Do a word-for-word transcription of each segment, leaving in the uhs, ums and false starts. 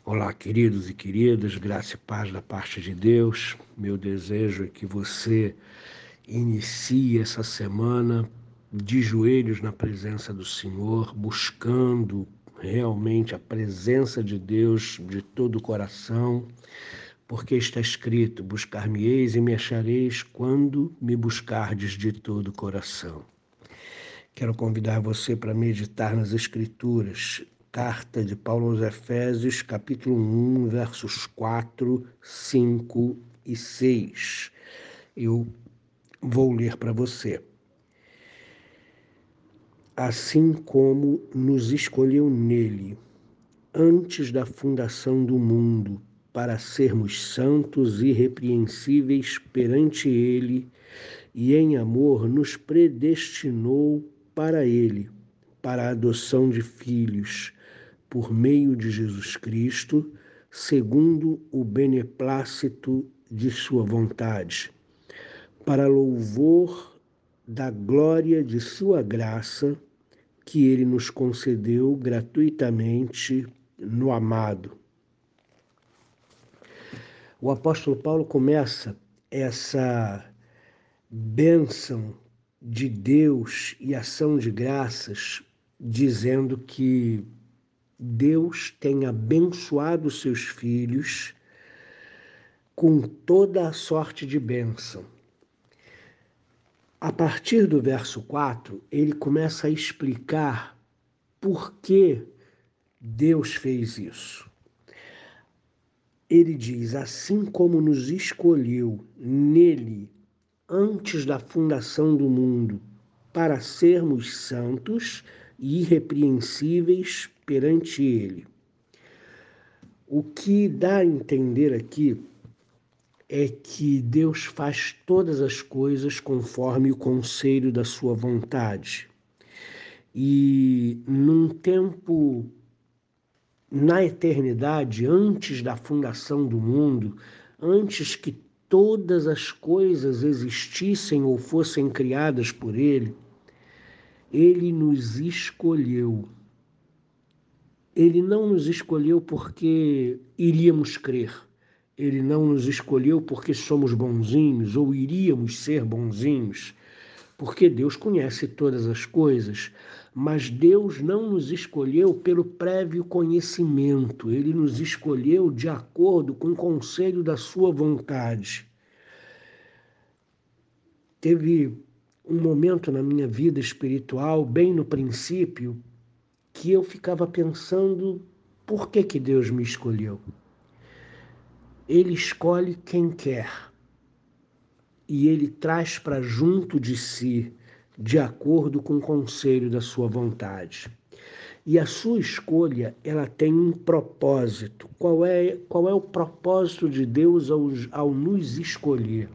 Olá, queridos e queridas, graça e paz da parte de Deus. Meu desejo é que você inicie essa semana de joelhos na presença do Senhor, buscando realmente a presença de Deus de todo o coração, porque está escrito: buscar-me-eis e me achareis quando me buscardes de todo o coração. Quero convidar você para meditar nas Escrituras. Carta de Paulo aos Efésios, capítulo um, versos quatro, cinco e seis. Eu vou ler para você. Assim como nos escolheu nele, antes da fundação do mundo, para sermos santos e irrepreensíveis perante ele, e em amor nos predestinou para ele, para a adoção de filhos, por meio de Jesus Cristo, segundo o beneplácito de sua vontade, para louvor da glória de sua graça, que ele nos concedeu gratuitamente no amado. O apóstolo Paulo começa essa bênção de Deus e ação de graças dizendo que Deus tem abençoado seus filhos com toda a sorte de bênção. A partir do verso quatro, ele começa a explicar por que Deus fez isso. Ele diz: assim como nos escolheu nele antes da fundação do mundo, para sermos santos e irrepreensíveis perante ele. O que dá a entender aqui é que Deus faz todas as coisas conforme o conselho da sua vontade. E num tempo, na eternidade, antes da fundação do mundo, antes que todas as coisas existissem ou fossem criadas por Ele, Ele nos escolheu. Ele não nos escolheu porque iríamos crer. Ele não nos escolheu porque somos bonzinhos ou iríamos ser bonzinhos, porque Deus conhece todas as coisas. Mas Deus não nos escolheu pelo prévio conhecimento. Ele nos escolheu de acordo com o conselho da sua vontade. Teve um momento na minha vida espiritual, bem no princípio, que eu ficava pensando: por que que Deus me escolheu? Ele escolhe quem quer e ele traz para junto de si, de acordo com o conselho da sua vontade. E a sua escolha, ela tem um propósito. Qual é, qual é o propósito de Deus ao, ao nos escolher?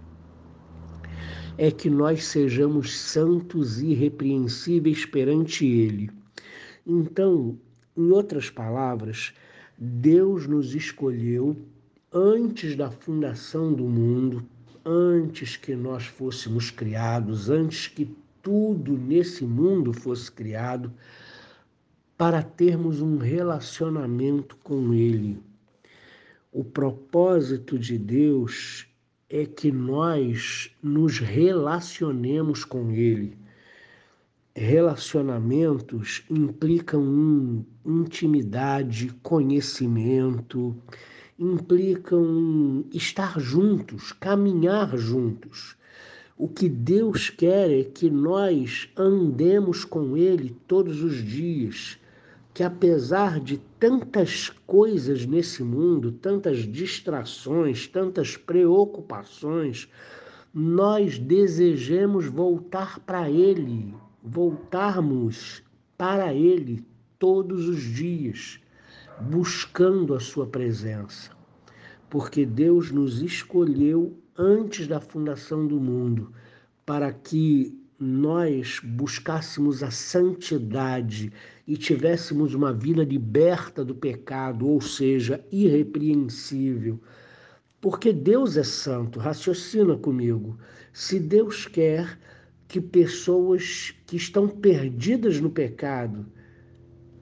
É que nós sejamos santos e irrepreensíveis perante Ele. Então, em outras palavras, Deus nos escolheu antes da fundação do mundo, antes que nós fôssemos criados, antes que tudo nesse mundo fosse criado, para termos um relacionamento com Ele. O propósito de Deus é que nós nos relacionemos com Ele. Relacionamentos implicam em intimidade, conhecimento, implicam em estar juntos, caminhar juntos. O que Deus quer é que nós andemos com Ele todos os dias, que apesar de tantas coisas nesse mundo, tantas distrações, tantas preocupações, nós desejemos voltar para Ele, voltarmos para Ele todos os dias, buscando a sua presença. Porque Deus nos escolheu antes da fundação do mundo para que nós buscássemos a santidade e tivéssemos uma vida liberta do pecado, ou seja, irrepreensível. Porque Deus é santo, raciocina comigo. Se Deus quer que pessoas que estão perdidas no pecado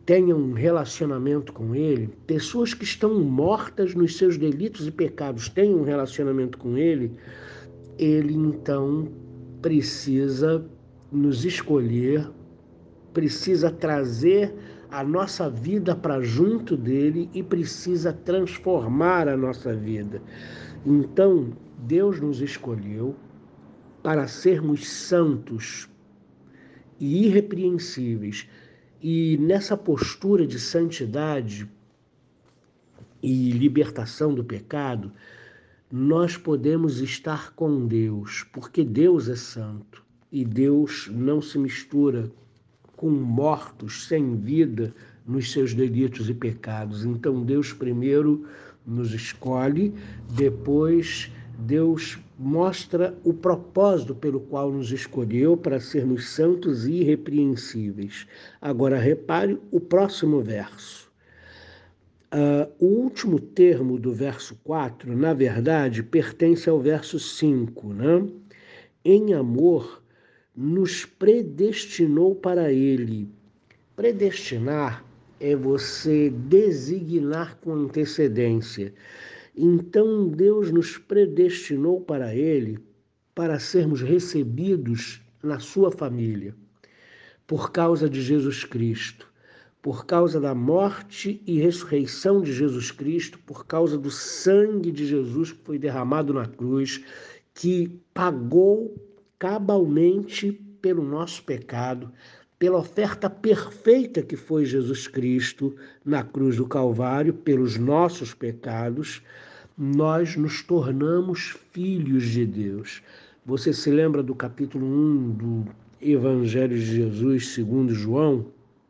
tenham um relacionamento com Ele, pessoas que estão mortas nos seus delitos e pecados tenham um relacionamento com Ele, Ele então precisa nos escolher, precisa trazer a nossa vida para junto dele e precisa transformar a nossa vida. Então, Deus nos escolheu para sermos santos e irrepreensíveis. E nessa postura de santidade e libertação do pecado, nós podemos estar com Deus, porque Deus é santo e Deus não se mistura com mortos sem vida nos seus delitos e pecados. Então Deus primeiro nos escolhe, depois Deus mostra o propósito pelo qual nos escolheu para sermos santos e irrepreensíveis. Agora repare o próximo verso. Uh, o último termo do verso quatro, na verdade, pertence ao verso cinco, né? Em amor, nos predestinou para ele. Predestinar é você designar com antecedência. Então, Deus nos predestinou para ele para sermos recebidos na sua família, por causa de Jesus Cristo. Por causa da morte e ressurreição de Jesus Cristo, por causa do sangue de Jesus que foi derramado na cruz, que pagou cabalmente pelo nosso pecado, pela oferta perfeita que foi Jesus Cristo na cruz do Calvário, pelos nossos pecados, nós nos tornamos filhos de Deus. Você se lembra do capítulo um do Evangelho de Jesus segundo João?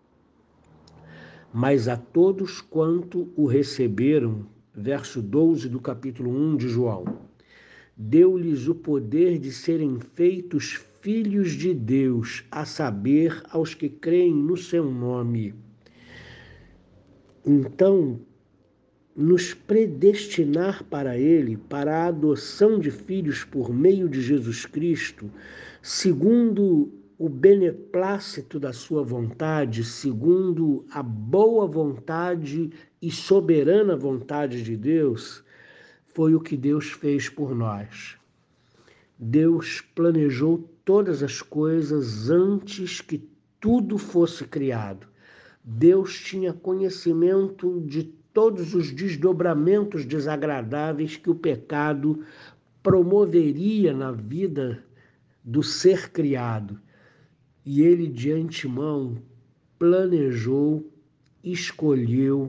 Mas a todos quanto o receberam, verso doze do capítulo um de João, deu-lhes o poder de serem feitos filhos de Deus, a saber, aos que creem no seu nome. Então, nos predestinar para ele, para a adoção de filhos por meio de Jesus Cristo, segundo o beneplácito da sua vontade, segundo a boa vontade e soberana vontade de Deus, foi o que Deus fez por nós. Deus planejou todas as coisas antes que tudo fosse criado. Deus tinha conhecimento de todos os desdobramentos desagradáveis que o pecado promoveria na vida do ser criado. E ele, de antemão, planejou, escolheu,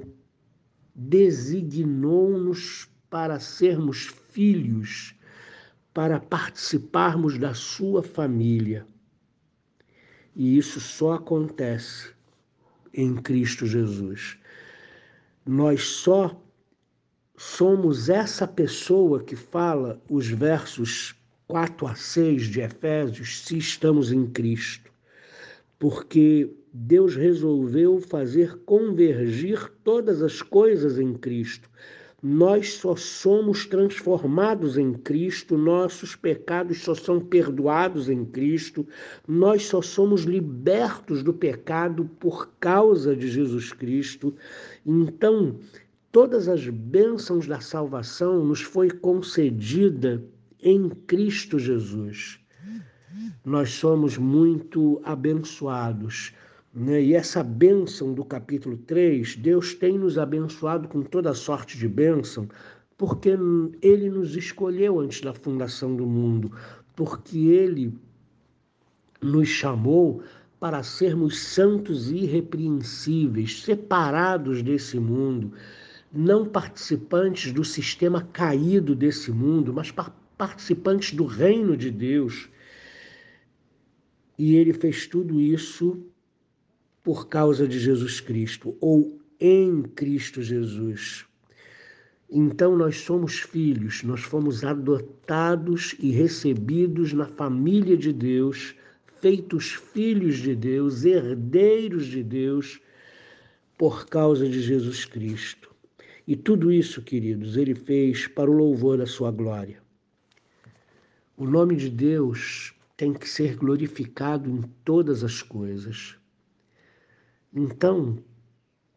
designou-nos para sermos filhos, para participarmos da sua família. E isso só acontece em Cristo Jesus. Nós só somos essa pessoa que fala os versos quatro a seis de Efésios, se estamos em Cristo. Porque Deus resolveu fazer convergir todas as coisas em Cristo. Nós só somos transformados em Cristo, nossos pecados só são perdoados em Cristo, nós só somos libertos do pecado por causa de Jesus Cristo. Então, todas as bênçãos da salvação nos foi concedida em Cristo Jesus. Nós somos muito abençoados, né? E essa bênção do capítulo três, Deus tem nos abençoado com toda sorte de bênção, porque Ele nos escolheu antes da fundação do mundo, porque Ele nos chamou para sermos santos e irrepreensíveis, separados desse mundo, não participantes do sistema caído desse mundo, mas participantes do reino de Deus. E ele fez tudo isso por causa de Jesus Cristo, ou em Cristo Jesus. Então nós somos filhos, nós fomos adotados e recebidos na família de Deus, feitos filhos de Deus, herdeiros de Deus, por causa de Jesus Cristo. E tudo isso, queridos, ele fez para o louvor da sua glória. O nome de Deus tem que ser glorificado em todas as coisas. Então,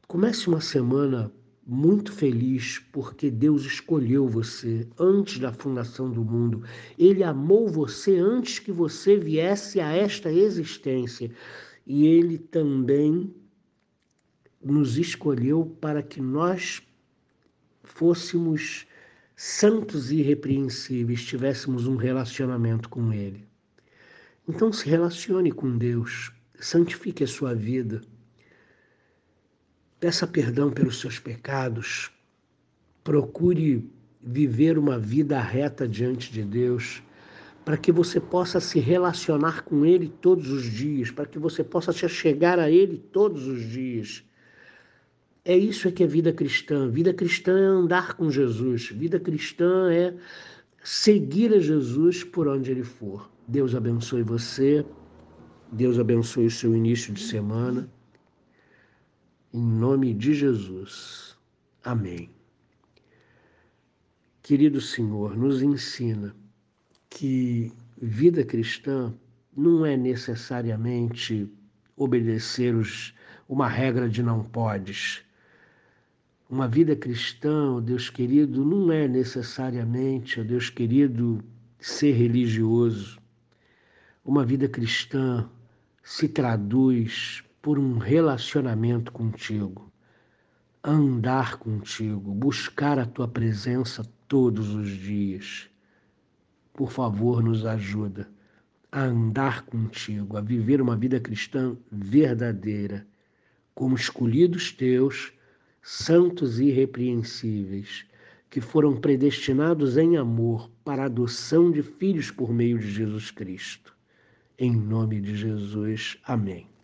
Comece uma semana muito feliz porque Deus escolheu você antes da fundação do mundo. Ele amou você antes que você viesse a esta existência. E Ele também nos escolheu para que nós fôssemos santos e irrepreensíveis, tivéssemos um relacionamento com Ele. Então se relacione com Deus, santifique a sua vida, peça perdão pelos seus pecados, procure viver uma vida reta diante de Deus, para que você possa se relacionar com Ele todos os dias, para que você possa se achegar a Ele todos os dias. É isso que é vida cristã. Vida cristã é andar com Jesus. Vida cristã é seguir a Jesus por onde Ele for. Deus abençoe você. Deus abençoe o seu início de semana. Em nome de Jesus. Amém. Querido Senhor, nos ensina que vida cristã não é necessariamente obedecer os, uma regra de não podes. Uma vida cristã, ó Deus querido, não é necessariamente, ó Deus querido, ser religioso. Uma vida cristã se traduz por um relacionamento contigo, andar contigo, buscar a tua presença todos os dias. Por favor, nos ajuda a andar contigo, a viver uma vida cristã verdadeira, como escolhidos teus, santos e irrepreensíveis, que foram predestinados em amor para a adoção de filhos por meio de Jesus Cristo. Em nome de Jesus, amém.